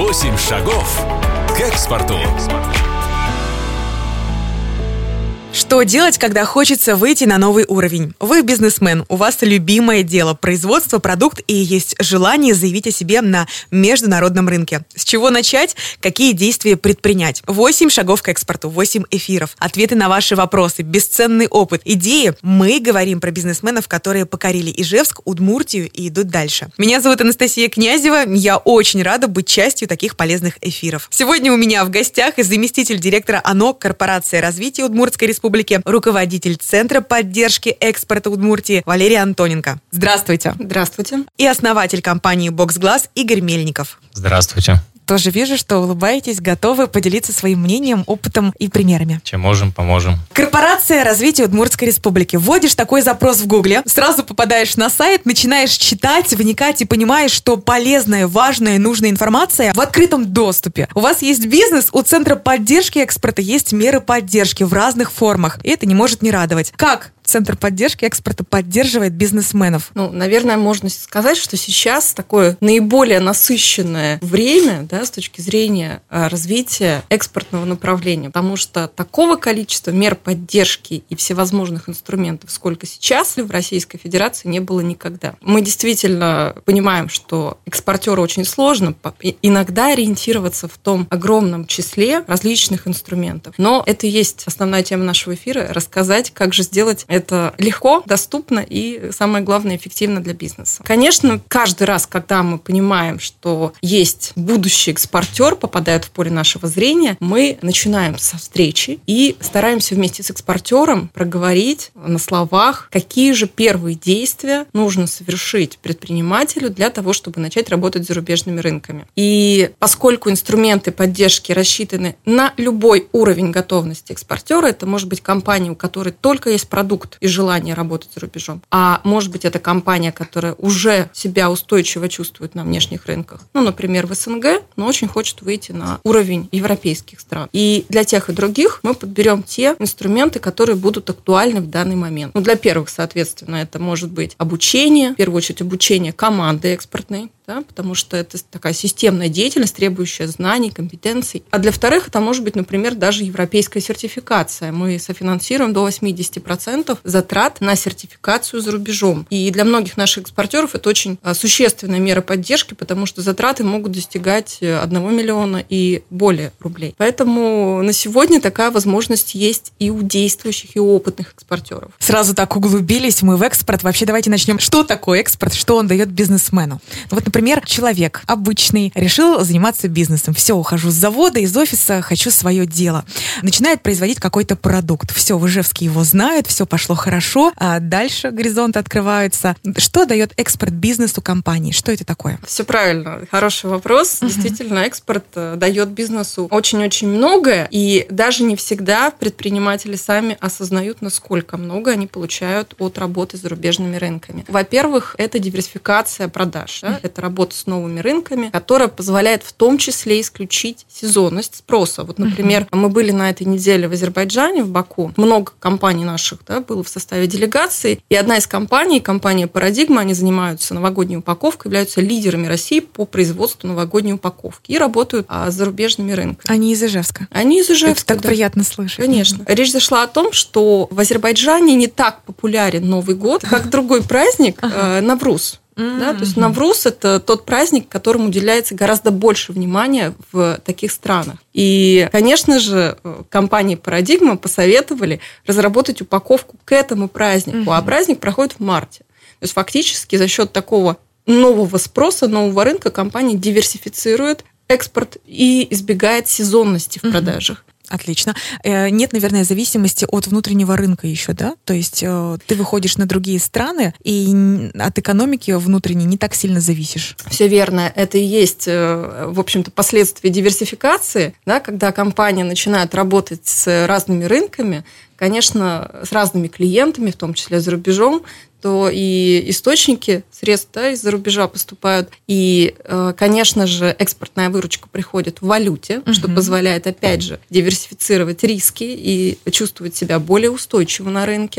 8 шагов к экспорту. Что делать, когда хочется выйти на новый уровень? Вы бизнесмен, у вас любимое дело – производство, продукт, и есть желание заявить о себе на международном рынке. С чего начать? Какие действия предпринять? 8 шагов к экспорту, 8 эфиров, ответы на ваши вопросы, бесценный опыт, идеи. Мы говорим про бизнесменов, которые покорили Ижевск, Удмуртию и идут дальше. Меня зовут Анастасия Князева, я очень рада быть частью таких полезных эфиров. Сегодня у меня в гостях заместитель директора ОНО Корпорации развития Удмуртской республики, руководитель Центра поддержки экспорта Удмуртии Валерия Антоненко. Здравствуйте. Здравствуйте. И основатель компании «Боксгласс» Игорь Мельников. Здравствуйте. Тоже вижу, что улыбаетесь, готовы поделиться своим мнением, опытом и примерами. Чем можем, поможем. Корпорация развития Удмуртской республики. Вводишь такой запрос в Гугле, сразу попадаешь на сайт, начинаешь читать, вникать и понимаешь, что полезная, важная, нужная информация в открытом доступе. У вас есть бизнес, у Центра поддержки экспорта есть меры поддержки в разных формах. И это не может не радовать. Как Центр поддержки экспорта поддерживает бизнесменов? Наверное, можно сказать, что сейчас такое наиболее насыщенное время, с точки зрения развития экспортного направления, потому что такого количества мер поддержки и всевозможных инструментов, сколько сейчас в Российской Федерации, не было никогда. Мы действительно понимаем, что экспортеру очень сложно иногда ориентироваться в том огромном числе различных инструментов. Но это и есть основная тема нашего эфира – рассказать, как же сделать это легко, доступно и, самое главное, эффективно для бизнеса. Конечно, каждый раз, когда мы понимаем, что есть будущий экспортер, попадает в поле нашего зрения, мы начинаем со встречи и стараемся вместе с экспортером проговорить на словах, какие же первые действия нужно совершить предпринимателю для того, чтобы начать работать с зарубежными рынками. И поскольку инструменты поддержки рассчитаны на любой уровень готовности экспортера, это может быть компания, у которой только есть продукт и желание работать за рубежом. А может быть, это компания, которая уже себя устойчиво чувствует на внешних рынках. Например, в СНГ, но очень хочет выйти на уровень европейских стран. И для тех и других мы подберем те инструменты, которые будут актуальны в данный момент. Для первых, соответственно, это может быть обучение, в первую очередь обучение команды экспортной, потому что это такая системная деятельность, требующая знаний, компетенций. А для вторых это может быть, например, даже европейская сертификация. Мы софинансируем до 80% затрат на сертификацию за рубежом. И для многих наших экспортеров это очень существенная мера поддержки, потому что затраты могут достигать 1 миллиона и более рублей. Поэтому на сегодня такая возможность есть и у действующих, и у опытных экспортеров. Сразу так углубились мы в экспорт. Вообще давайте начнем. Что такое экспорт? Что он дает бизнесмену? Например, человек обычный решил заниматься бизнесом. Все, ухожу с завода, из офиса, хочу свое дело. Начинает производить какой-то продукт. Все, в Ижевске его знают, все пошло хорошо, а дальше горизонты открываются. Что дает экспорт бизнесу компании? Что это такое? Все правильно. Хороший вопрос. Действительно, экспорт дает бизнесу очень-очень многое, и даже не всегда предприниматели сами осознают, насколько много они получают от работы с зарубежными рынками. Во-первых, это диверсификация продаж. Это работа с новыми рынками, которая позволяет в том числе исключить сезонность спроса. Например, мы были на этой неделе в Азербайджане, в Баку. Много компаний наших было в составе делегации. И одна из компаний, компания «Парадигма», они занимаются новогодней упаковкой, являются лидерами России по производству новогодней упаковки и работают с зарубежными рынками. Они из Ижевска? Они из Ижевска. Это так приятно слышать. Конечно. Речь зашла о том, что в Азербайджане не так популярен Новый год, как другой праздник Навруз. То есть Навруз – это тот праздник, которому уделяется гораздо больше внимания в таких странах. И, конечно же, компании «Парадигма» посоветовали разработать упаковку к этому празднику, а праздник проходит в марте. То есть фактически за счет такого нового спроса, нового рынка компания диверсифицирует экспорт и избегает сезонности в продажах. Отлично. Нет, наверное, зависимости от внутреннего рынка еще, да? То есть ты выходишь на другие страны и от экономики внутренней не так сильно зависишь. Все верно. Это и есть, в общем-то, последствия диверсификации, когда компания начинает работать с разными рынками, конечно, с разными клиентами, в том числе за рубежом, то и источники средств из-за рубежа поступают. И, конечно же, экспортная выручка приходит в валюте, что позволяет, опять же, диверсифицировать риски и чувствовать себя более устойчиво на рынке.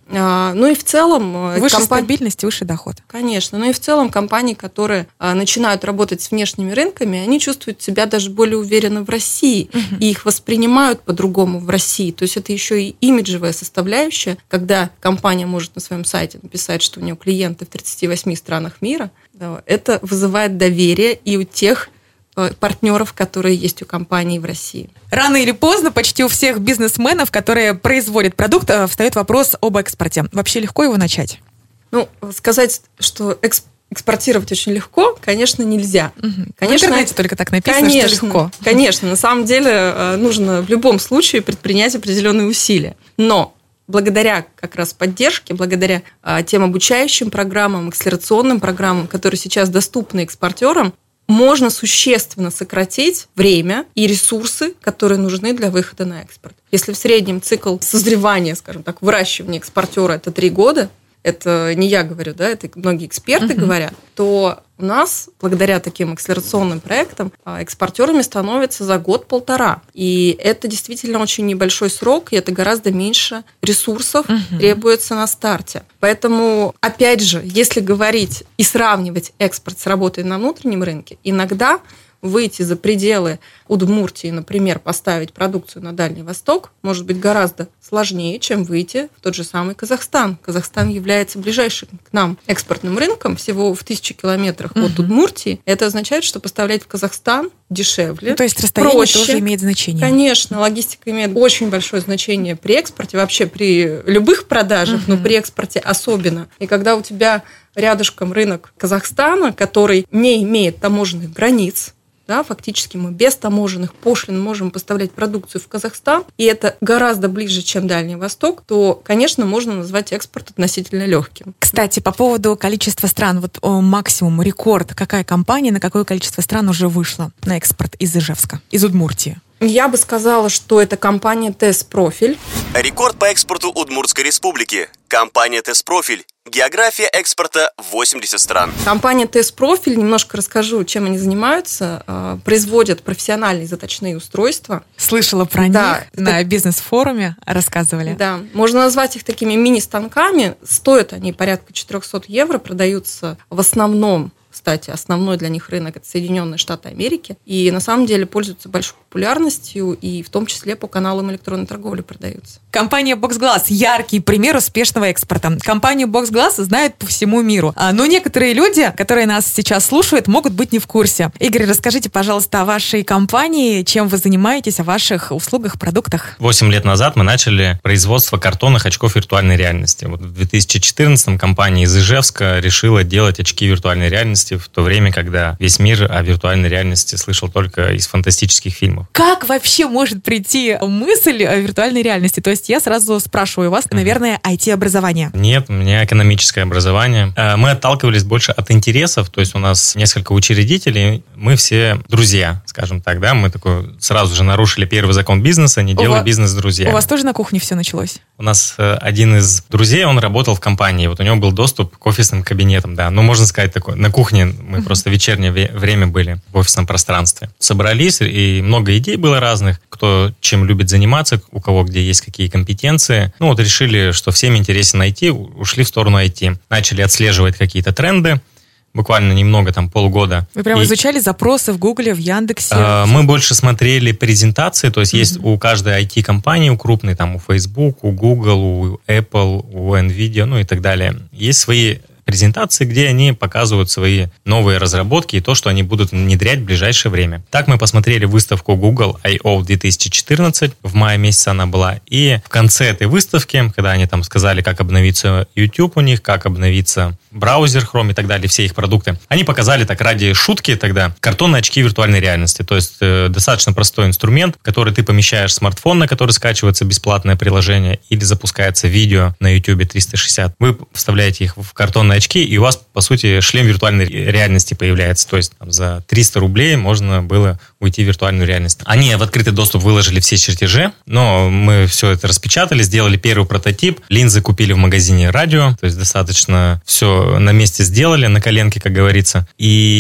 Ну и в целом... Выше стабильность, выше доход. Конечно. Ну и в целом компании, которые начинают работать с внешними рынками, они чувствуют себя даже более уверенно в России, и их воспринимают по-другому в России. То есть это еще и имиджевая составляющая, когда компания может на своем сайте написать, что у нее клиенты в 38 странах мира. Это вызывает доверие и у тех партнеров, которые есть у компании в России. Рано или поздно почти у всех бизнесменов, которые производят продукт, встает вопрос об экспорте. Вообще легко его начать? Ну, сказать, что экспортировать очень легко, конечно, нельзя. Конечно, в интернете только так написано, конечно, что легко. Конечно, на самом деле нужно в любом случае предпринять определенные усилия. Но благодаря как раз поддержке, благодаря тем обучающим программам, акселерационным программам, которые сейчас доступны экспортерам, можно существенно сократить время и ресурсы, которые нужны для выхода на экспорт. Если в среднем цикл созревания, скажем так, выращивания экспортера – это 3 года, это не я говорю, да, это многие эксперты говорят, то у нас, благодаря таким акселерационным проектам, экспортерами становятся за год-полтора. И это действительно очень небольшой срок, и это гораздо меньше ресурсов требуется на старте. Поэтому, опять же, если говорить и сравнивать экспорт с работой на внутреннем рынке, иногда выйти за пределы Удмуртии, например, поставить продукцию на Дальний Восток, может быть гораздо сложнее, чем выйти в тот же самый Казахстан. Казахстан является ближайшим к нам экспортным рынком, всего в 1000 километрах от Удмуртии. Это означает, что поставлять в Казахстан дешевле, то есть расстояние проще. Тоже имеет значение. Конечно, логистика имеет очень большое значение при экспорте, вообще при любых продажах, но при экспорте особенно. И когда у тебя рядышком рынок Казахстана, который не имеет таможенных границ, да, фактически мы без таможенных пошлин можем поставлять продукцию в Казахстан, и это гораздо ближе, чем Дальний Восток, то, конечно, можно назвать экспорт относительно легким. Кстати, по поводу количества стран, вот максимум, рекорд, какая компания на какое количество стран уже вышла на экспорт из Ижевска, из Удмуртии? Я бы сказала, что это компания ТЭС-Профиль. Рекорд по экспорту Удмуртской республики. Компания ТЭС-Профиль. География экспорта 80 стран. Компания ТЭС-Профиль, немножко расскажу, чем они занимаются. Производят профессиональные заточные устройства. Слышала про них на бизнес-форуме, рассказывали. Да, можно назвать их такими мини-станками. Стоят они порядка 400 евро, продаются в основном. Кстати, основной для них рынок – это Соединенные Штаты Америки. И на самом деле пользуются большой популярностью, и в том числе по каналам электронной торговли продаются. Компания BoxGlass – яркий пример успешного экспорта. Компанию BoxGlass знают по всему миру. Но некоторые люди, которые нас сейчас слушают, могут быть не в курсе. Игорь, расскажите, пожалуйста, о вашей компании, чем вы занимаетесь, о ваших услугах, продуктах. 8 лет назад мы начали производство картонных очков виртуальной реальности. Вот в 2014-м компания из Ижевска решила делать очки виртуальной реальности в то время, когда весь мир о виртуальной реальности слышал только из фантастических фильмов. Как вообще может прийти мысль о виртуальной реальности? То есть я сразу спрашиваю у вас, наверное, IT-образование. Нет, у меня экономическое образование. Мы отталкивались больше от интересов, то есть у нас несколько учредителей, мы все друзья, скажем так, да, мы такой сразу же нарушили первый закон бизнеса, не делай бизнес с друзьями. У вас тоже на кухне все началось? У нас один из друзей, он работал в компании, вот у него был доступ к офисным кабинетам, да, ну, можно сказать, такой, на кухне мы просто в вечернее время были в офисном пространстве. Собрались, и много идей было разных, кто чем любит заниматься, у кого где есть какие компетенции. Ну, вот решили, что всем интересен IT, ушли в сторону IT. Начали отслеживать какие-то тренды, буквально немного, там, полгода. Вы прямо изучали запросы в Гугле, в Яндексе? Мы больше смотрели презентации, то есть есть у каждой IT-компании, у крупной, там, у Facebook, у Google, у Apple, у Nvidia, ну и так далее. Есть свои презентации, где они показывают свои новые разработки и то, что они будут внедрять в ближайшее время. Так мы посмотрели выставку Google I/O 2014, в мае месяце она была, и в конце этой выставки, когда они там сказали, как обновится YouTube у них, как обновится браузер Chrome и так далее, все их продукты, они показали так ради шутки тогда картонные очки виртуальной реальности, то есть достаточно простой инструмент, который ты помещаешь в смартфон, на который скачивается бесплатное приложение или запускается видео на YouTube 360. Вы вставляете их в картонные очки, и у вас, по сути, шлем виртуальной реальности появляется. То есть там, за 300 рублей можно было уйти в виртуальную реальность. Они в открытый доступ выложили все чертежи, но мы все это распечатали, сделали первый прототип. Линзы купили в магазине Радио, то есть достаточно все на месте сделали, на коленке, как говорится. И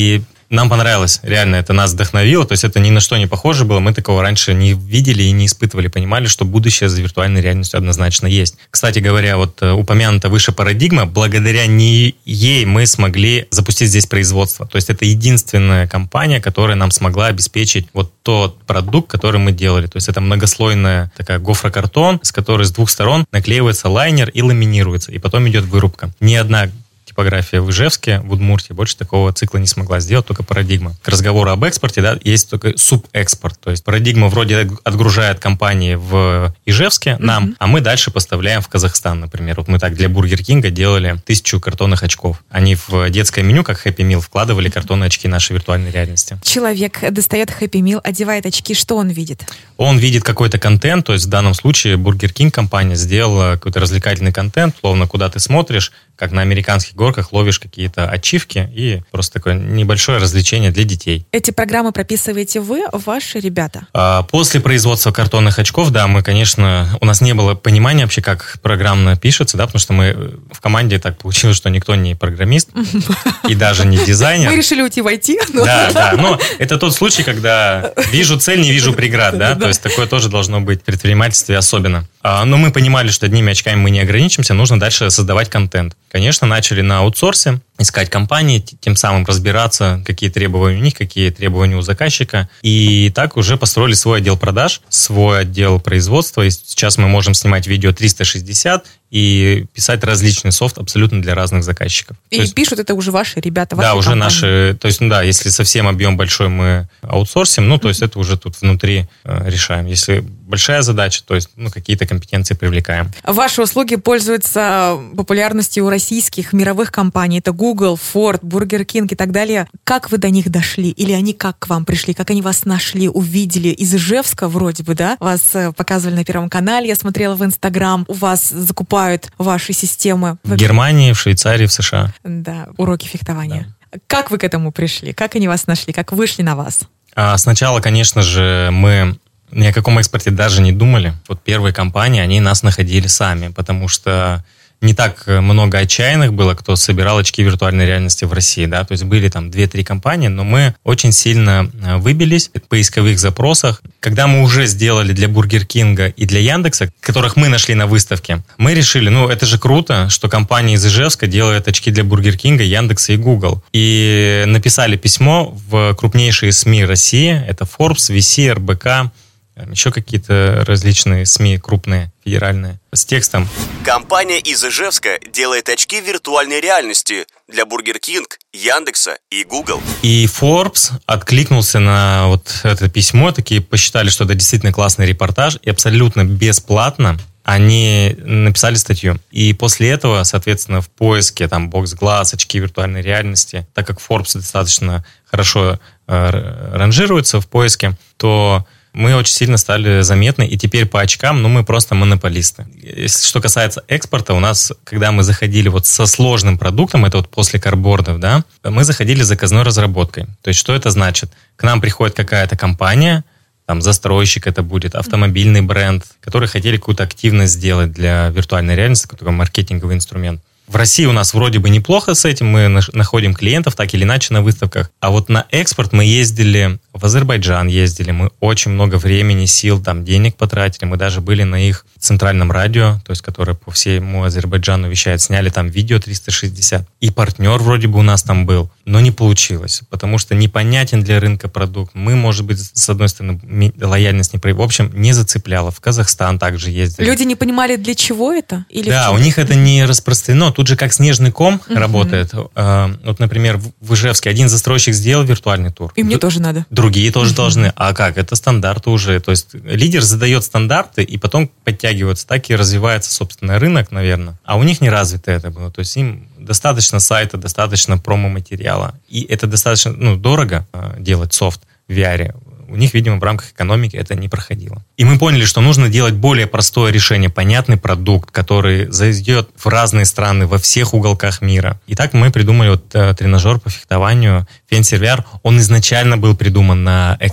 Нам понравилось, реально, это нас вдохновило, то есть это ни на что не похоже было, мы такого раньше не видели и не испытывали, понимали, что будущее за виртуальной реальностью однозначно есть. Кстати говоря, вот упомянута выше парадигма, благодаря ей мы смогли запустить здесь производство, то есть это единственная компания, которая нам смогла обеспечить вот тот продукт, который мы делали, то есть это многослойная такая гофрокартон, с которой с двух сторон наклеивается лайнер и ламинируется, и потом идет вырубка. Ни одна типография в Ижевске, в Удмуртии больше такого цикла не смогла сделать, только парадигма. К разговору об экспорте, да, есть только субэкспорт. То есть парадигма вроде отгружает компании в Ижевске нам, а мы дальше поставляем в Казахстан, например. Вот мы так для Бургер Кинга делали 1000 картонных очков. Они в детское меню, как Happy Meal, вкладывали картонные очки нашей виртуальной реальности. Человек достает Happy Meal, одевает очки, что он видит? Он видит какой-то контент, то есть в данном случае Бургер Кинг компания сделала какой-то развлекательный контент, словно куда ты смотришь, как на американских горках ловишь какие-то ачивки и просто такое небольшое развлечение для детей. Эти программы прописываете вы, ваши ребята? После производства картонных очков, да, мы, конечно, у нас не было понимания вообще, как программно пишется, да, потому что мы в команде так получилось, что никто не программист и даже не дизайнер. Мы решили уйти в IT. Да, но это тот случай, когда вижу цель, не вижу преград, да, то есть такое тоже должно быть в предпринимательстве особенно. Но мы понимали, что одними очками мы не ограничимся, нужно дальше создавать контент. Конечно, начали на аутсорсе искать компании, тем самым разбираться, какие требования у них, какие требования у заказчика. И так уже построили свой отдел продаж, свой отдел производства. И сейчас мы можем снимать видео 360 и писать различный софт абсолютно для разных заказчиков. И пишут это уже ваши ребята, ваши компании. Да, уже наши. То есть, да, если совсем объем большой мы аутсорсим, то есть это уже тут внутри решаем. Если большая задача, то есть какие-то компетенции привлекаем. Ваши услуги пользуются популярностью у российских мировых компаний. Это Google, Ford, Burger King и так далее. Как вы до них дошли? Или они как к вам пришли? Как они вас нашли, увидели? Из Ижевска вроде бы, да? Вас показывали на Первом канале, я смотрела в Инстаграм. У вас закупают ваши системы. В Германии, в Швейцарии, в США. Да, уроки фехтования. Да. Как вы к этому пришли? Как они вас нашли? Как вышли на вас? Сначала, конечно же, мы ни о каком экспорте даже не думали. Вот первые компании, они нас находили сами, потому что не так много отчаянных было, кто собирал очки виртуальной реальности в России, да, то есть были там 2-3 компании, но мы очень сильно выбились в поисковых запросах. Когда мы уже сделали для Бургер Кинга и для Яндекса, которых мы нашли на выставке, мы решили, это же круто, что компания из Ижевска делает очки для Бургер Кинга, Яндекса и Google. И написали письмо в крупнейшие СМИ России, это Forbes, VC, РБК, еще какие-то различные СМИ крупные, федеральные, с текстом. Компания из Ижевска делает очки виртуальной реальности для Burger King, Яндекса и Google. И Forbes откликнулся на вот это письмо, такие посчитали, что это действительно классный репортаж, и абсолютно бесплатно они написали статью. И после этого, соответственно, в поиске там Box-Glass, очки виртуальной реальности, так как Forbes достаточно хорошо ранжируется в поиске, то мы очень сильно стали заметны, и теперь по очкам, мы просто монополисты. Что касается экспорта, у нас, когда мы заходили вот со сложным продуктом, это вот после карбордов, да, мы заходили с заказной разработкой. То есть, что это значит? К нам приходит какая-то компания, там, застройщик это будет, автомобильный бренд, которые хотели какую-то активность сделать для виртуальной реальности, такой маркетинговый инструмент. В России у нас вроде бы неплохо с этим, мы находим клиентов так или иначе на выставках, а вот на экспорт мы ездили, в Азербайджан ездили, мы очень много времени, сил, там, денег потратили, мы даже были на их центральном радио, то есть, которое по всему Азербайджану вещает, сняли там видео 360, и партнер вроде бы у нас там был, но не получилось, потому что непонятен для рынка продукт, мы, может быть, с одной стороны, лояльность не проявили, в общем, не зацепляло, в Казахстан также ездили. Люди не понимали, для чего это? Или да, у них это не распространено, тут же как снежный ком работает. Вот, например, в Ижевске один застройщик сделал виртуальный тур. И мне тоже надо. Другие тоже должны. А как? Это стандарты уже. То есть лидер задает стандарты, и потом подтягиваются. Так и развивается, собственно, рынок, наверное. А у них не развито это было. То есть им достаточно сайта, достаточно промо-материала. И это достаточно дорого делать софт в VR. У них, видимо, в рамках экономики это не проходило. И мы поняли, что нужно делать более простое решение, понятный продукт, который зайдет в разные страны, во всех уголках мира. И так мы придумали тренажер по фехтованию Fencer VR. Он изначально был придуман на экспорт.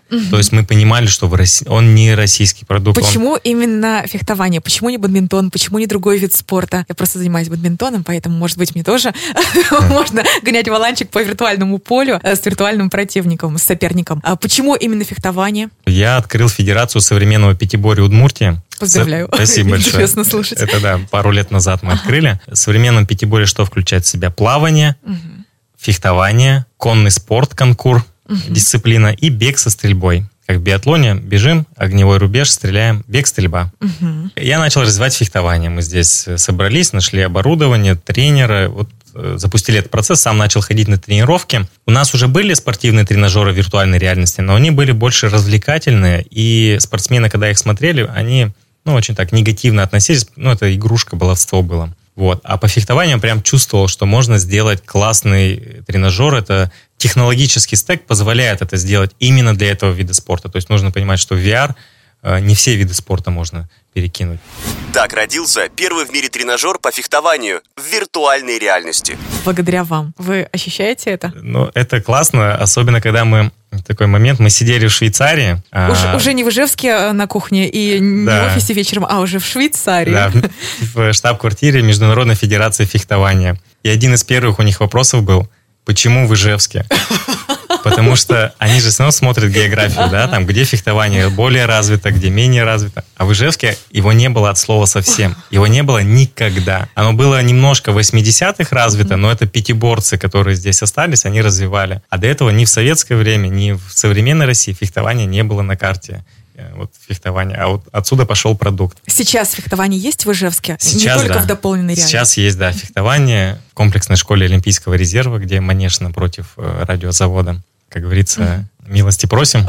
То есть мы понимали, что он не российский продукт. Почему именно фехтование? Почему не бадминтон? Почему не другой вид спорта? Я просто занимаюсь бадминтоном, поэтому, может быть, мне тоже можно гонять валанчик по виртуальному полю с виртуальным противником, с соперником. А почему именно фехтование? Я открыл Федерацию современного пятиборья Удмуртии. Поздравляю. Спасибо большое. Интересно слушать. Это да, пару лет назад мы открыли. В современном пятиборье что включает в себя? Плавание, фехтование, конный спорт, конкур, дисциплина и бег со стрельбой. Как в биатлоне, бежим, огневой рубеж, стреляем, бег, стрельба. Я начал развивать фехтование. Мы здесь собрались, нашли оборудование, тренера, запустили этот процесс, сам начал ходить на тренировки. У нас уже были спортивные тренажеры виртуальной реальности, но они были больше развлекательные, и спортсмены, когда их смотрели, они очень так негативно относились, это игрушка, баловство было. А по фехтованию прям чувствовал, что можно сделать классный тренажер. Это технологический стек позволяет это сделать именно для этого вида спорта. То есть нужно понимать, что в VR не все виды спорта можно перекинуть. Так родился первый в мире тренажер по фехтованию в виртуальной реальности. Благодаря вам. Вы ощущаете это? Это классно, особенно когда мы в такой момент, мы сидели в Швейцарии. Уже не в Ижевске на кухне и не в офисе вечером, а уже в Швейцарии. Да, в штаб-квартире Международной Федерации Фехтования. И один из первых у них вопросов был: почему в Ижевске? Потому что они же все равно смотрят географию, да, там, где фехтование более развито, где менее развито. А в Ижевске его не было от слова совсем. Его не было никогда. Оно было немножко в 80-х развито, но это пятиборцы, которые здесь остались, они развивали. А до этого ни в советское время, ни в современной России фехтования не было на карте. Фехтование, а отсюда пошел продукт. Сейчас фехтование есть в Ижевске? Сейчас, не только в дополненной реальности? Сейчас есть, да, фехтование в комплексной школе Олимпийского резерва, где манеж напротив радиозавода. Как говорится, милости просим.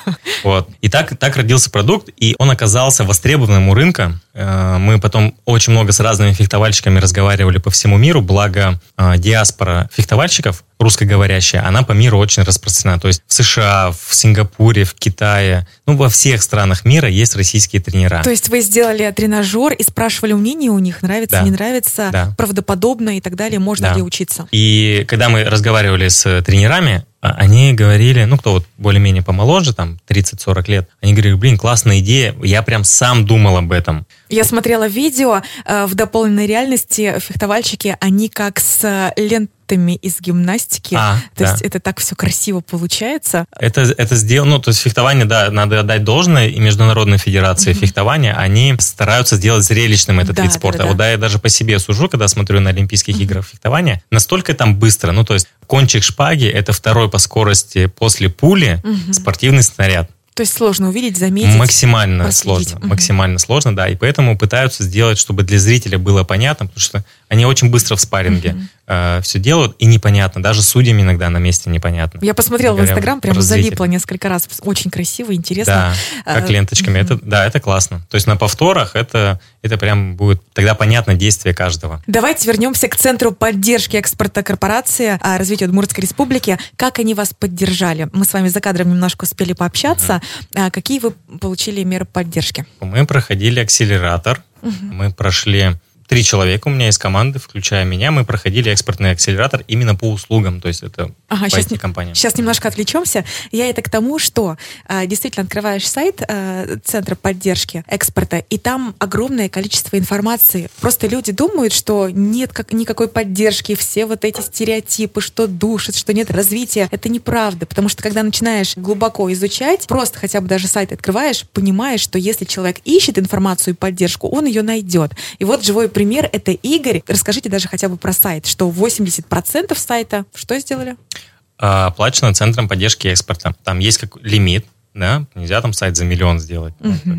И так родился продукт, и он оказался востребованным у рынка. Мы потом очень много с разными фехтовальщиками разговаривали по всему миру, благо диаспора фехтовальщиков, русскоговорящая, она по миру очень распространена. То есть в США, в Сингапуре, в Китае, во всех странах мира есть российские тренера. То есть вы сделали тренажер и спрашивали мнение у них, нравится, не нравится, правдоподобно и так далее, можно ли учиться? И когда мы разговаривали с тренерами, они говорили, кто более-менее помоложе, там 30-40 лет, они говорили: классная идея, я прям сам думал об этом. Я смотрела видео, в дополненной реальности фехтовальщики, они как с лентами из гимнастики, то есть это так все красиво получается. Это сделано, то есть фехтование, да, надо отдать должное, и Международной Федерации фехтования, они стараются сделать зрелищным этот вид спорта. Я даже по себе сужу, когда смотрю на Олимпийских играх фехтования, настолько там быстро, то есть кончик шпаги — это второй по скорости после пули спортивный снаряд. То есть сложно увидеть, заметить, максимально проследить. Сложно, максимально сложно, да, и поэтому пытаются сделать, чтобы для зрителя было понятно, потому что они очень быстро в спарринге все делают, и непонятно, даже судьям иногда на месте непонятно. Я посмотрела в Инстаграм, прям залипла несколько раз, очень красиво, интересно. Да, как ленточками, это классно. То есть на повторах это прям будет тогда понятно действие каждого. Давайте вернемся к Центру поддержки экспорта корпорации развития Удмуртской Республики. Как они вас поддержали? Мы с вами за кадром немножко успели пообщаться. Какие вы получили меры поддержки? Мы проходили акселератор, мы прошли 3 человека у меня из команды, включая меня, мы проходили экспортный акселератор именно по услугам, то есть это по IT-компаниям. Сейчас немножко отвлечемся. Я это к тому, что действительно открываешь сайт Центра поддержки экспорта, и там огромное количество информации. Просто люди думают, что нет никакой поддержки, все вот эти стереотипы, что душит, что нет развития. Это неправда, потому что когда начинаешь глубоко изучать, просто хотя бы даже сайт открываешь, понимаешь, что если человек ищет информацию и поддержку, он ее найдет. И вот живой пример — это Игорь. Расскажите даже хотя бы про сайт, что 80% сайта что сделали? Оплачено Центром поддержки экспорта. Там есть лимит, да, нельзя там сайт за 1 миллион сделать.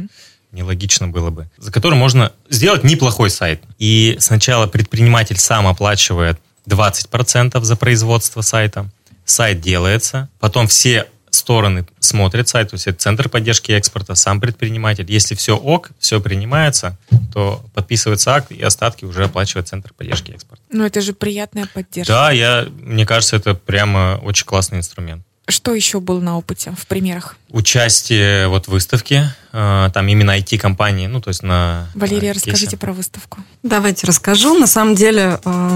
Нелогично было бы. За который можно сделать неплохой сайт. И сначала предприниматель сам оплачивает 20% за производство сайта. Сайт делается, потом все стороны смотрят сайт, то есть это Центр поддержки экспорта, сам предприниматель. Если все ок, все принимается, то подписывается акт, и остатки уже оплачивает Центр поддержки экспорта. Это же приятная поддержка. Да, мне кажется, это прямо очень классный инструмент. Что еще было на опыте, в примерах? Участие в выставке, там именно IT-компании, то есть на... Валерия, расскажите про выставку. Давайте расскажу. На самом деле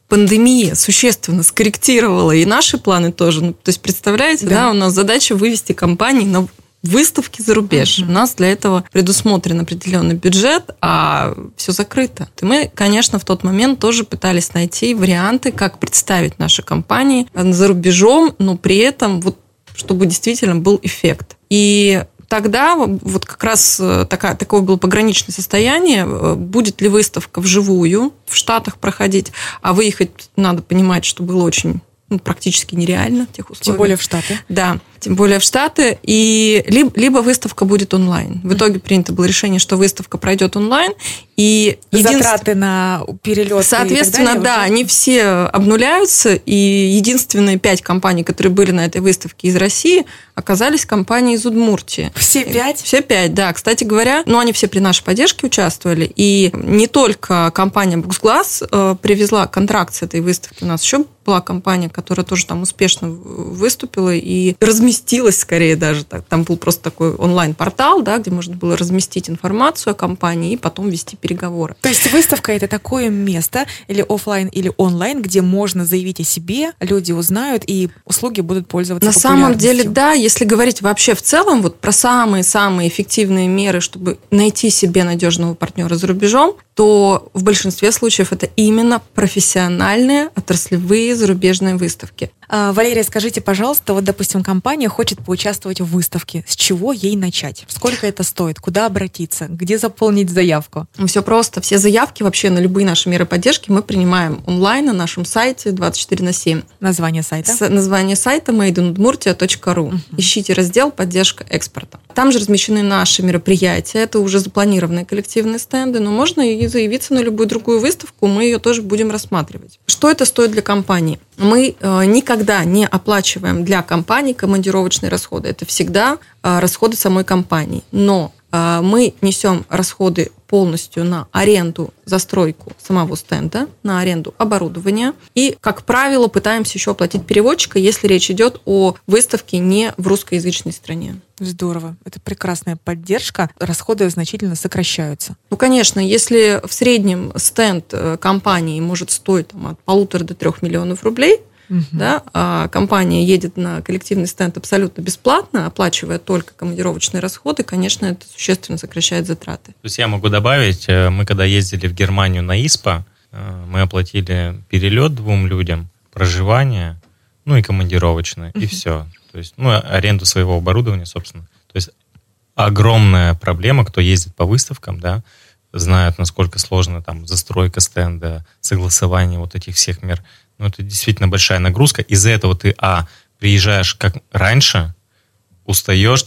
пандемия существенно скорректировала и наши планы тоже. То есть, представляете, да, у нас задача вывести компании на выставки за рубеж. У нас для этого предусмотрен определенный бюджет, а все закрыто. И мы, конечно, в тот момент тоже пытались найти варианты, как представить наши компании за рубежом, но при этом чтобы действительно был эффект. И тогда вот как раз такое было пограничное состояние, будет ли выставка вживую в Штатах проходить, а выехать, надо понимать, что было очень практически нереально в тех условиях. Тем более в Штаты. Да, тем более в Штаты. И либо выставка будет онлайн. В итоге принято было решение, что выставка пройдет онлайн. И затраты на перелет. Соответственно, да, они все обнуляются. И единственные 5 компаний, которые были на этой выставке из России, оказались компании из Удмуртии. Все 5? Все 5, да. Кстати говоря, они все при нашей поддержке участвовали. И не только компания Buxglass привезла контракт с этой выставки. У нас еще была компания, которая тоже там успешно выступила и разместилась, скорее даже так. Там был просто такой онлайн-портал, да, где можно было разместить информацию о компании и потом вести переговоры. То есть выставка – это такое место, или офлайн, или онлайн, где можно заявить о себе, люди узнают, и услуги будут пользоваться популярностью. На самом деле, да, если говорить вообще в целом про самые-самые эффективные меры, чтобы найти себе надежного партнера за рубежом, то в большинстве случаев это именно профессиональные отраслевые зарубежные выставки. Валерия, скажите, пожалуйста, допустим, компания хочет поучаствовать в выставке. С чего ей начать? Сколько это стоит? Куда обратиться? Где заполнить заявку? Все просто. Все заявки вообще на любые наши меры поддержки мы принимаем онлайн на нашем сайте 24/7. Название сайта? Название сайта madeinudmurtia.ru. Ищите раздел «Поддержка экспорта». Там же размещены наши мероприятия. Это уже запланированные коллективные стенды, но можно и заявиться на любую другую выставку, мы ее тоже будем рассматривать. Что это стоит для компании? Мы никогда не оплачиваем для компании командировочные расходы. Это всегда расходы самой компании. Но мы несем расходы полностью на аренду, застройку самого стенда, на аренду оборудования. И, как правило, пытаемся еще оплатить переводчика, если речь идет о выставке не в русскоязычной стране. Здорово. Это прекрасная поддержка. Расходы значительно сокращаются. Конечно, если в среднем стенд компании может стоить от 1,5 до 3 миллионов рублей, да, а компания едет на коллективный стенд абсолютно бесплатно, оплачивая только командировочные расходы, конечно, это существенно сокращает затраты. То есть я могу добавить, мы когда ездили в Германию на ИСПА, мы оплатили перелет 2 людям, проживание, и командировочное, и все. То есть, аренду своего оборудования, собственно. То есть огромная проблема, кто ездит по выставкам, да, знают, насколько сложно там застройка стенда, согласование вот этих всех мер. Это действительно большая нагрузка. Из-за этого ты, приезжаешь как раньше, устаешь,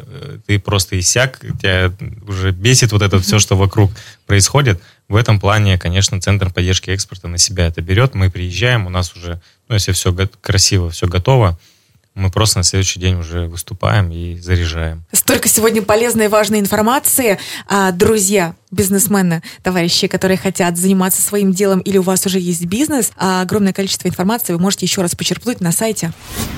ты просто иссяк, тебя уже бесит вот это все, что вокруг происходит. В этом плане, конечно, Центр поддержки экспорта на себя это берет. Мы приезжаем, у нас уже, если все красиво, все готово, мы просто на следующий день уже выступаем и заряжаем. Столько сегодня полезной и важной информации. Друзья, бизнесмены, товарищи, которые хотят заниматься своим делом или у вас уже есть бизнес, огромное количество информации вы можете еще раз почерпнуть на сайте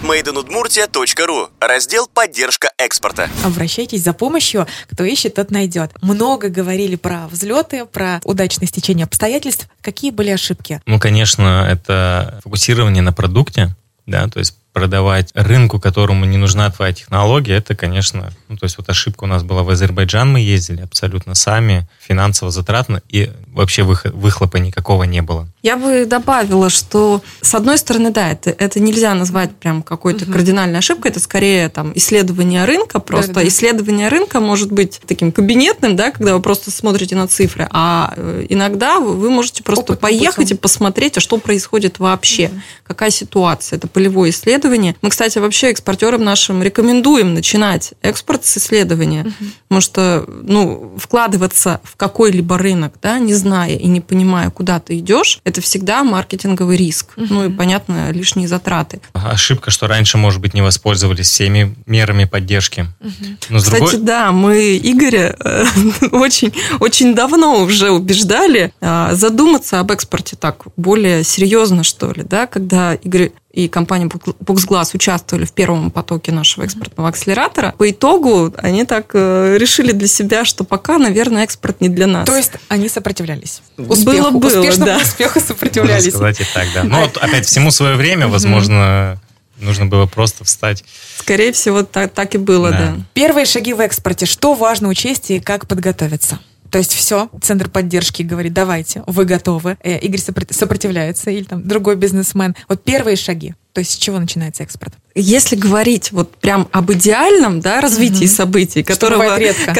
madeinudmurtia.ru, раздел «Поддержка экспорта». Обращайтесь за помощью, кто ищет, тот найдет. Много говорили про взлеты, про удачное стечение обстоятельств. Какие были ошибки? Конечно, это фокусирование на продукте, да, то есть продавать рынку, которому не нужна твоя технология, это, конечно, ошибка у нас была в Азербайджан, мы ездили абсолютно сами, финансово затратно, и вообще выхлопа никакого не было. Я бы добавила, что, с одной стороны, да, это нельзя назвать прям какой-то кардинальной ошибкой, это скорее исследование рынка, просто исследование рынка может быть таким кабинетным, да, когда вы просто смотрите на цифры, а иногда вы можете просто поехать и посмотреть, а что происходит вообще, какая ситуация, это полевое исследование. Мы, кстати, вообще экспортерам нашим рекомендуем начинать экспорт с исследования, потому что вкладываться в какой-либо рынок, да, не зная и не понимая, куда ты идешь, это всегда маркетинговый риск. И, понятно, лишние затраты. Ошибка, что раньше, может быть, не воспользовались всеми мерами поддержки. Кстати, да, мы Игоря очень, очень давно уже убеждали задуматься об экспорте так более серьезно, что ли, да, когда Игорь и компания Буксгласс участвовали в первом потоке нашего экспортного акселератора. По итогу они так решили для себя, что пока, наверное, экспорт не для нас. То есть они сопротивлялись? Успешному успеху сопротивлялись. Можно сказать и так, да. Но вот опять всему свое время, возможно, нужно было просто встать. Скорее всего, так и было, да. Первые шаги в экспорте. Что важно учесть и как подготовиться? То есть все, центр поддержки говорит, давайте, вы готовы. Игорь сопротивляется, или там другой бизнесмен. Вот первые шаги. То есть с чего начинается экспорт? Если говорить вот прям об идеальном, да, развитии событий, которого,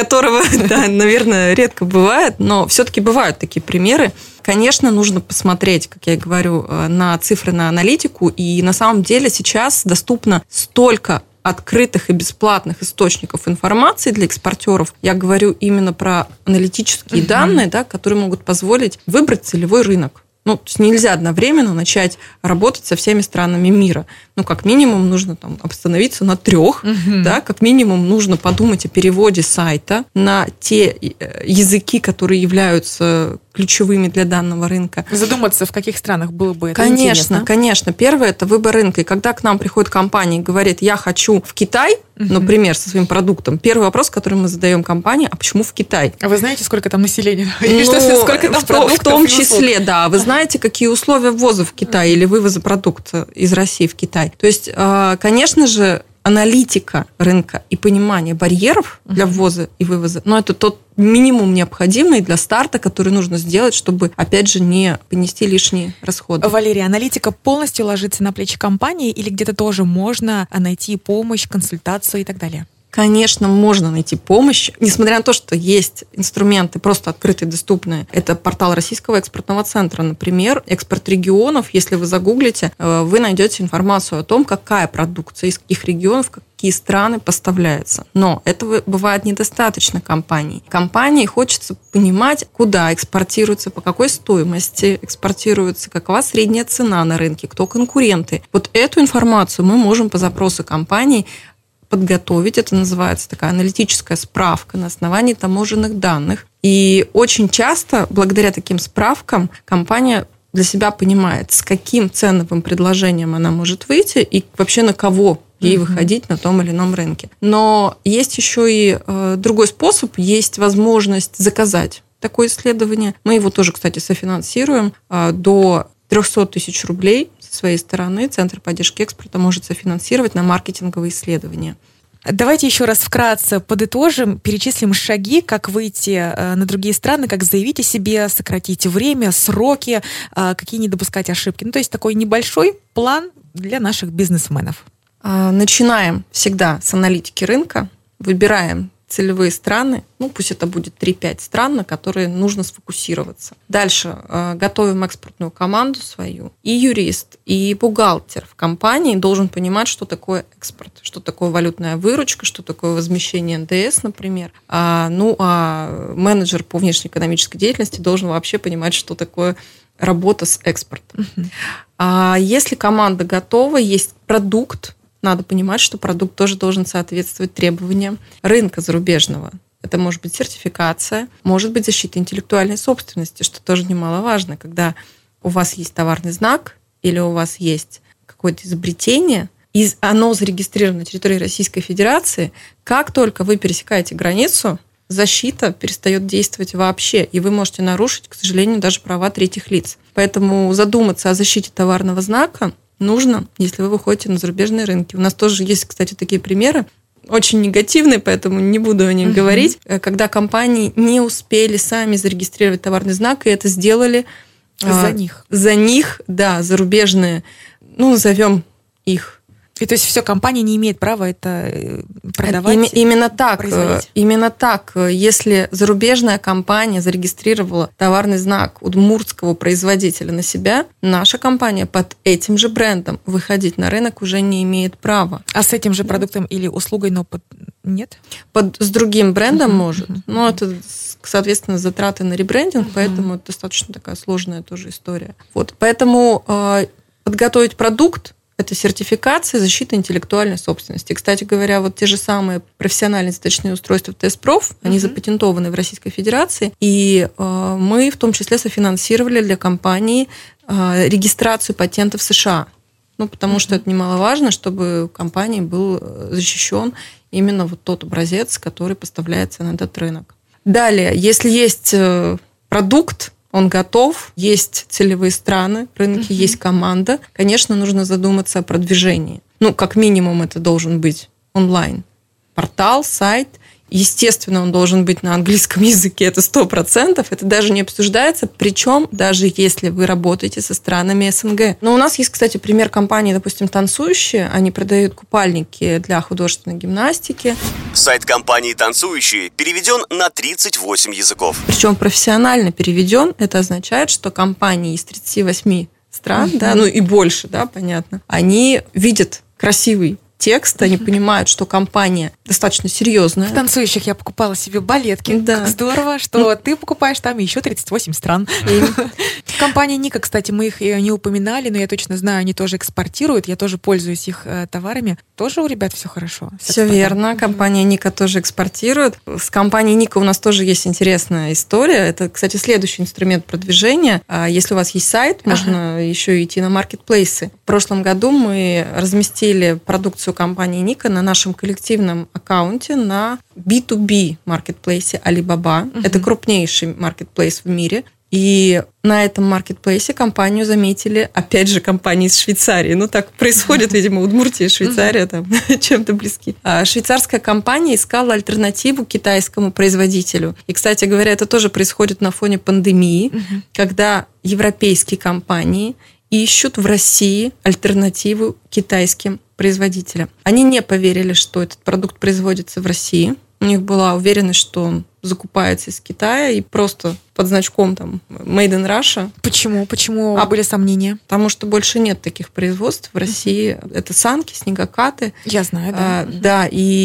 да, наверное, редко бывает, но все-таки бывают такие примеры. Конечно, нужно посмотреть, как я говорю, на цифры, на аналитику. И на самом деле сейчас доступно столько открытых и бесплатных источников информации для экспортеров. Я говорю именно про аналитические данные, да, которые могут позволить выбрать целевой рынок. Ну, то есть нельзя одновременно начать работать со всеми странами мира. Ну, как минимум, нужно там остановиться на 3, да, как минимум нужно подумать о переводе сайта на те языки, которые являются ключевыми для данного рынка. Задуматься, в каких странах было бы это интересно. Конечно. Первое – это выбор рынка. И когда к нам приходит компания и говорит, я хочу в Китай, например, со своим продуктом, первый вопрос, который мы задаем компании, а почему в Китай? А вы знаете, сколько там населения? Сколько там продуктов? В том числе, да. Вы знаете, какие условия ввоза в Китай или вывоза продукта из России в Китай? То есть, конечно же, аналитика рынка и понимание барьеров для ввоза и вывоза, но это тот минимум необходимый для старта, который нужно сделать, чтобы, опять же, не понести лишние расходы. Валерия, аналитика полностью ложится на плечи компании или где-то тоже можно найти помощь, консультацию и так далее? Конечно, можно найти помощь, несмотря на то, что есть инструменты просто открытые, доступные. Это портал Российского экспортного центра, например, экспорт регионов. Если вы загуглите, вы найдете информацию о том, какая продукция из каких регионов, какие страны поставляется. Но этого бывает недостаточно компаний. Компании хочется понимать, куда экспортируется, по какой стоимости экспортируется, какова средняя цена на рынке, кто конкуренты. Вот эту информацию мы можем по запросу компании подготовить. Это называется такая аналитическая справка на основании таможенных данных. И очень часто, благодаря таким справкам, компания для себя понимает, с каким ценовым предложением она может выйти и вообще на кого ей выходить на том или ином рынке. Но есть еще и другой способ, есть возможность заказать такое исследование. Мы его тоже, кстати, софинансируем до 300 тысяч рублей со своей стороны. Центр поддержки экспорта может софинансировать на маркетинговые исследования. Давайте еще раз вкратце подытожим, перечислим шаги, как выйти на другие страны, как заявить о себе, сократить время, сроки, какие не допускать ошибки. Ну, то есть такой небольшой план для наших бизнесменов. Начинаем всегда с аналитики рынка, выбираем целевые страны, пусть это будет 3-5 стран, на которые нужно сфокусироваться. Дальше готовим экспортную команду свою. И юрист, и бухгалтер в компании должен понимать, что такое экспорт, что такое валютная выручка, что такое возмещение НДС, например. А менеджер по внешнеэкономической деятельности должен вообще понимать, что такое работа с экспортом. А если команда готова, есть продукт, надо понимать, что продукт тоже должен соответствовать требованиям рынка зарубежного. Это может быть сертификация, может быть защита интеллектуальной собственности, что тоже немаловажно. Когда у вас есть товарный знак или у вас есть какое-то изобретение, и оно зарегистрировано на территории Российской Федерации, как только вы пересекаете границу, защита перестает действовать вообще, и вы можете нарушить, к сожалению, даже права третьих лиц. Поэтому задуматься о защите товарного знака нужно, если вы выходите на зарубежные рынки. У нас тоже есть, кстати, такие примеры, очень негативные, поэтому не буду о них говорить, когда компании не успели сами зарегистрировать товарный знак, и это сделали за них, да, зарубежные, назовем их. И то есть все, компания не имеет права это продавать? Именно так. Если зарубежная компания зарегистрировала товарный знак удмуртского производителя на себя, наша компания под этим же брендом выходить на рынок уже не имеет права. А с этим же продуктом или услугой, но нет? С другим брендом может. Но это, соответственно, затраты на ребрендинг, поэтому это достаточно такая сложная тоже история. Поэтому подготовить продукт, это сертификация, защита интеллектуальной собственности. Кстати говоря, те же самые профессиональные заточные устройства ТСПРОФ, они запатентованы в Российской Федерации, и мы в том числе софинансировали для компании регистрацию патентов в США. потому что это немаловажно, чтобы у компании был защищен именно вот тот образец, который поставляется на этот рынок. Далее, если есть продукт, он готов, есть целевые страны, рынки, есть команда, конечно, нужно задуматься о продвижении. Как минимум, это должен быть онлайн-портал, сайт. Естественно, он должен быть на английском языке, это 100%, это даже не обсуждается, причем даже если вы работаете со странами СНГ. Но у нас есть, кстати, пример компании, допустим, «Танцующие», они продают купальники для художественной гимнастики. Сайт компании «Танцующие» переведен на 38 языков. Причем профессионально переведен, это означает, что компании из 38 стран, и больше, понятно, они видят красивый текст, они понимают, что компания достаточно серьезная. В «Танцующих» я покупала себе балетки. Да. Как здорово, что ты покупаешь там еще 38 стран. Компания Ника, кстати, мы их не упоминали, но я точно знаю, они тоже экспортируют, я тоже пользуюсь их товарами. Тоже у ребят все хорошо. Все верно, компания Ника тоже экспортирует. С компанией Ника у нас тоже есть интересная история. Это, кстати, следующий инструмент продвижения. Если у вас есть сайт, можно еще идти на маркетплейсы. В прошлом году мы разместили продукцию компании Ника на нашем коллективном аккаунте на B2B маркетплейсе Alibaba. Это крупнейший маркетплейс в мире. И на этом маркетплейсе компанию заметили, опять же, компании из Швейцарии. Так происходит, видимо, Удмуртия и Швейцария там чем-то близки. Швейцарская компания искала альтернативу китайскому производителю. И, кстати говоря, это тоже происходит на фоне пандемии, когда европейские компании ищут в России альтернативу китайским производителям. Они не поверили, что этот продукт производится в России. У них была уверенность, что он закупается из Китая и просто под значком там Made in Russia. Почему? Почему были сомнения? Потому что больше нет таких производств в России. Это санки, снегокаты. Я знаю, да. Да,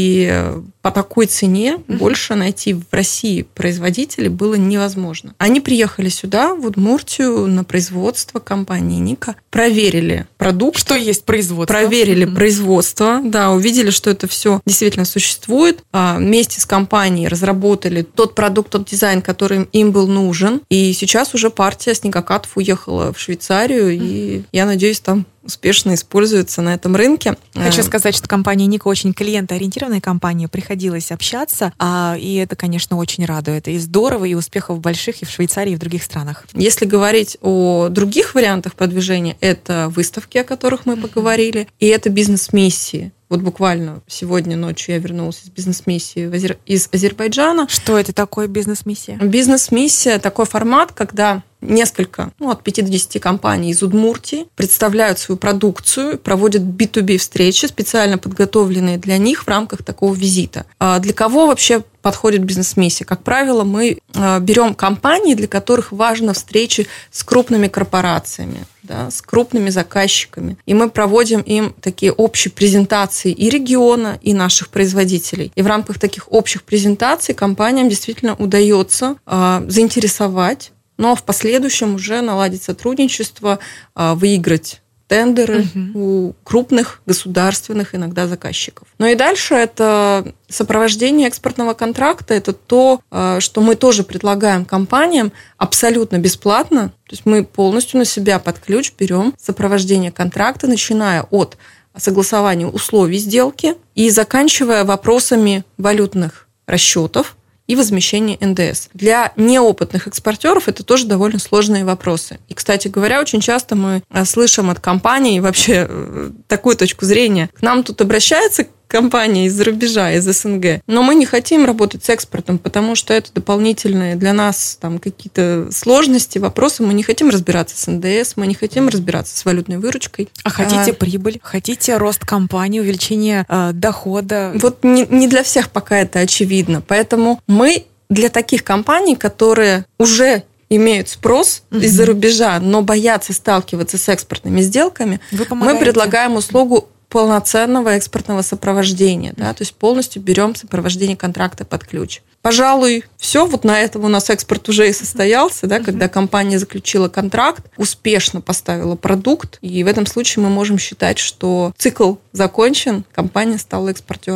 и по такой цене больше найти в России производителей было невозможно. Они приехали сюда, в Удмуртию, на производство компании Ника, проверили продукт. Что есть производство. Проверили производство, да, увидели, что это все действительно существует. Вместе с компанией разработали тот продукт, тот дизайн, который им был нужен. И сейчас уже партия снегокатов уехала в Швейцарию, и я надеюсь, там успешно используется на этом рынке. Хочу сказать, что компания Ника очень клиентоориентированная компания, приходилось общаться, и это, конечно, очень радует. И здорово, и успехов больших и в Швейцарии, и в других странах. Если говорить о других вариантах продвижения, это выставки, о которых мы поговорили, и это бизнес-миссии. Вот буквально сегодня ночью я вернулась из бизнес-миссии из Азербайджана. Что это такое бизнес-миссия? Бизнес-миссия – такой формат, когда несколько, от 5 до 10 компаний из Удмуртии представляют свою продукцию, проводят B2B встречи, специально подготовленные для них в рамках такого визита. Для кого вообще подходит бизнес-миссия? Как правило, мы берем компании, для которых важны встречи с крупными корпорациями, да, с крупными заказчиками. И мы проводим им такие общие презентации и региона, и наших производителей. И в рамках таких общих презентаций компаниям действительно удается заинтересовать, но в последующем уже наладить сотрудничество, выиграть тендеры у крупных государственных иногда заказчиков. Ну и дальше это сопровождение экспортного контракта. Это то, что мы тоже предлагаем компаниям абсолютно бесплатно. То есть мы полностью на себя под ключ берем сопровождение контракта, начиная от согласования условий сделки и заканчивая вопросами валютных расчетов и возмещение НДС. Для неопытных экспортеров это тоже довольно сложные вопросы. И, кстати говоря, очень часто мы слышим от компаний вообще такую точку зрения. К нам тут обращаются компании из-за рубежа, из СНГ, но мы не хотим работать с экспортом, потому что это дополнительные для нас там какие-то сложности, вопросы. Мы не хотим разбираться с НДС, мы не хотим разбираться с валютной выручкой. А хотите прибыль, хотите рост компании, увеличение дохода? Вот не для всех пока это очевидно. Поэтому мы для таких компаний, которые уже имеют спрос из-за рубежа, но боятся сталкиваться с экспортными сделками, мы предлагаем услугу полноценного экспортного сопровождения, да, то есть полностью берем сопровождение контракта под ключ. Пожалуй, все. Вот на этом у нас экспорт уже и состоялся, да, когда компания заключила контракт, успешно поставила продукт, и в этом случае мы можем считать, что цикл закончен, компания стала экспортером.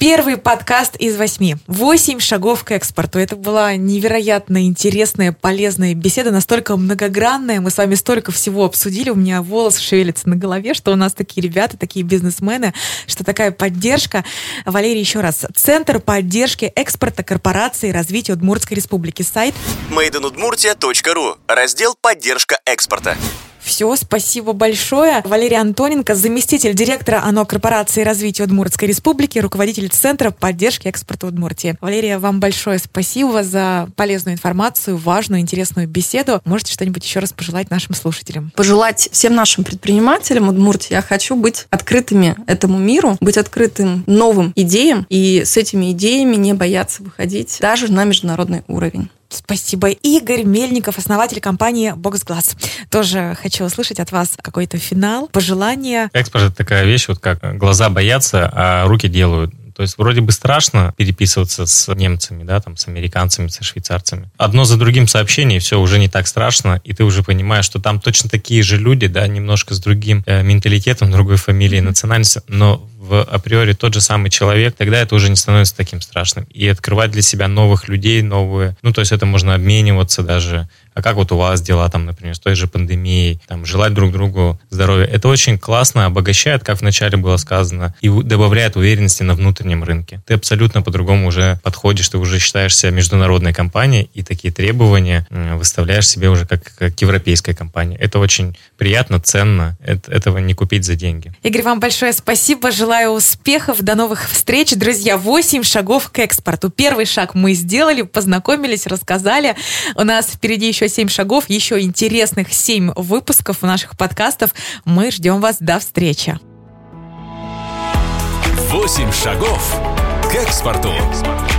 Первый подкаст из 8. 8 шагов к экспорту. Это была невероятно интересная, полезная беседа, настолько многогранная. Мы с вами столько всего обсудили. У меня волосы шевелятся на голове, что у нас такие ребята, такие бизнесмены, что такая поддержка. Валерий, еще раз. Центр поддержки экспорта корпорации развития Удмуртской республики. Сайт madeинудмуртия.ру. Раздел «Поддержка экспорта». Все, спасибо большое. Валерий Антоненко, заместитель директора ОНО корпорации развития Удмуртской республики, руководитель Центра поддержки экспорта Удмуртии. Валерия, вам большое спасибо за полезную информацию, важную, интересную беседу. Можете что-нибудь еще раз пожелать нашим слушателям? Пожелать всем нашим предпринимателям Удмуртии я хочу быть открытыми этому миру, быть открытым новым идеям и с этими идеями не бояться выходить даже на международный уровень. Спасибо. Игорь Мельников, основатель компании Boxglass. Тоже хочу услышать от вас какой-то финал, пожелания. Экспорт — это такая вещь, вот как глаза боятся, а руки делают. То есть вроде бы страшно переписываться с немцами, да, там, с американцами, со швейцарцами. Одно за другим сообщение, и все, уже не так страшно, и ты уже понимаешь, что там точно такие же люди, да, немножко с другим менталитетом, другой фамилией, национальностью, но априори тот же самый человек, тогда это уже не становится таким страшным. И открывать для себя новых людей, новые, то есть это можно обмениваться даже. А как вот у вас дела, там, например, с той же пандемией, там, желать друг другу здоровья. Это очень классно, обогащает, как вначале было сказано, и добавляет уверенности на внутреннем рынке. Ты абсолютно по-другому уже подходишь, ты уже считаешь себя международной компанией, и такие требования выставляешь себе уже как европейская компания. Это очень приятно, ценно, этого не купить за деньги. Игорь, вам большое спасибо, желаю успехов, до новых встреч. Друзья, 8 шагов к экспорту. Первый шаг мы сделали, познакомились, рассказали. У нас впереди еще 7 шагов, еще интересных 7 выпусков наших подкастов. Мы ждем вас. До встречи. 8 шагов к экспорту.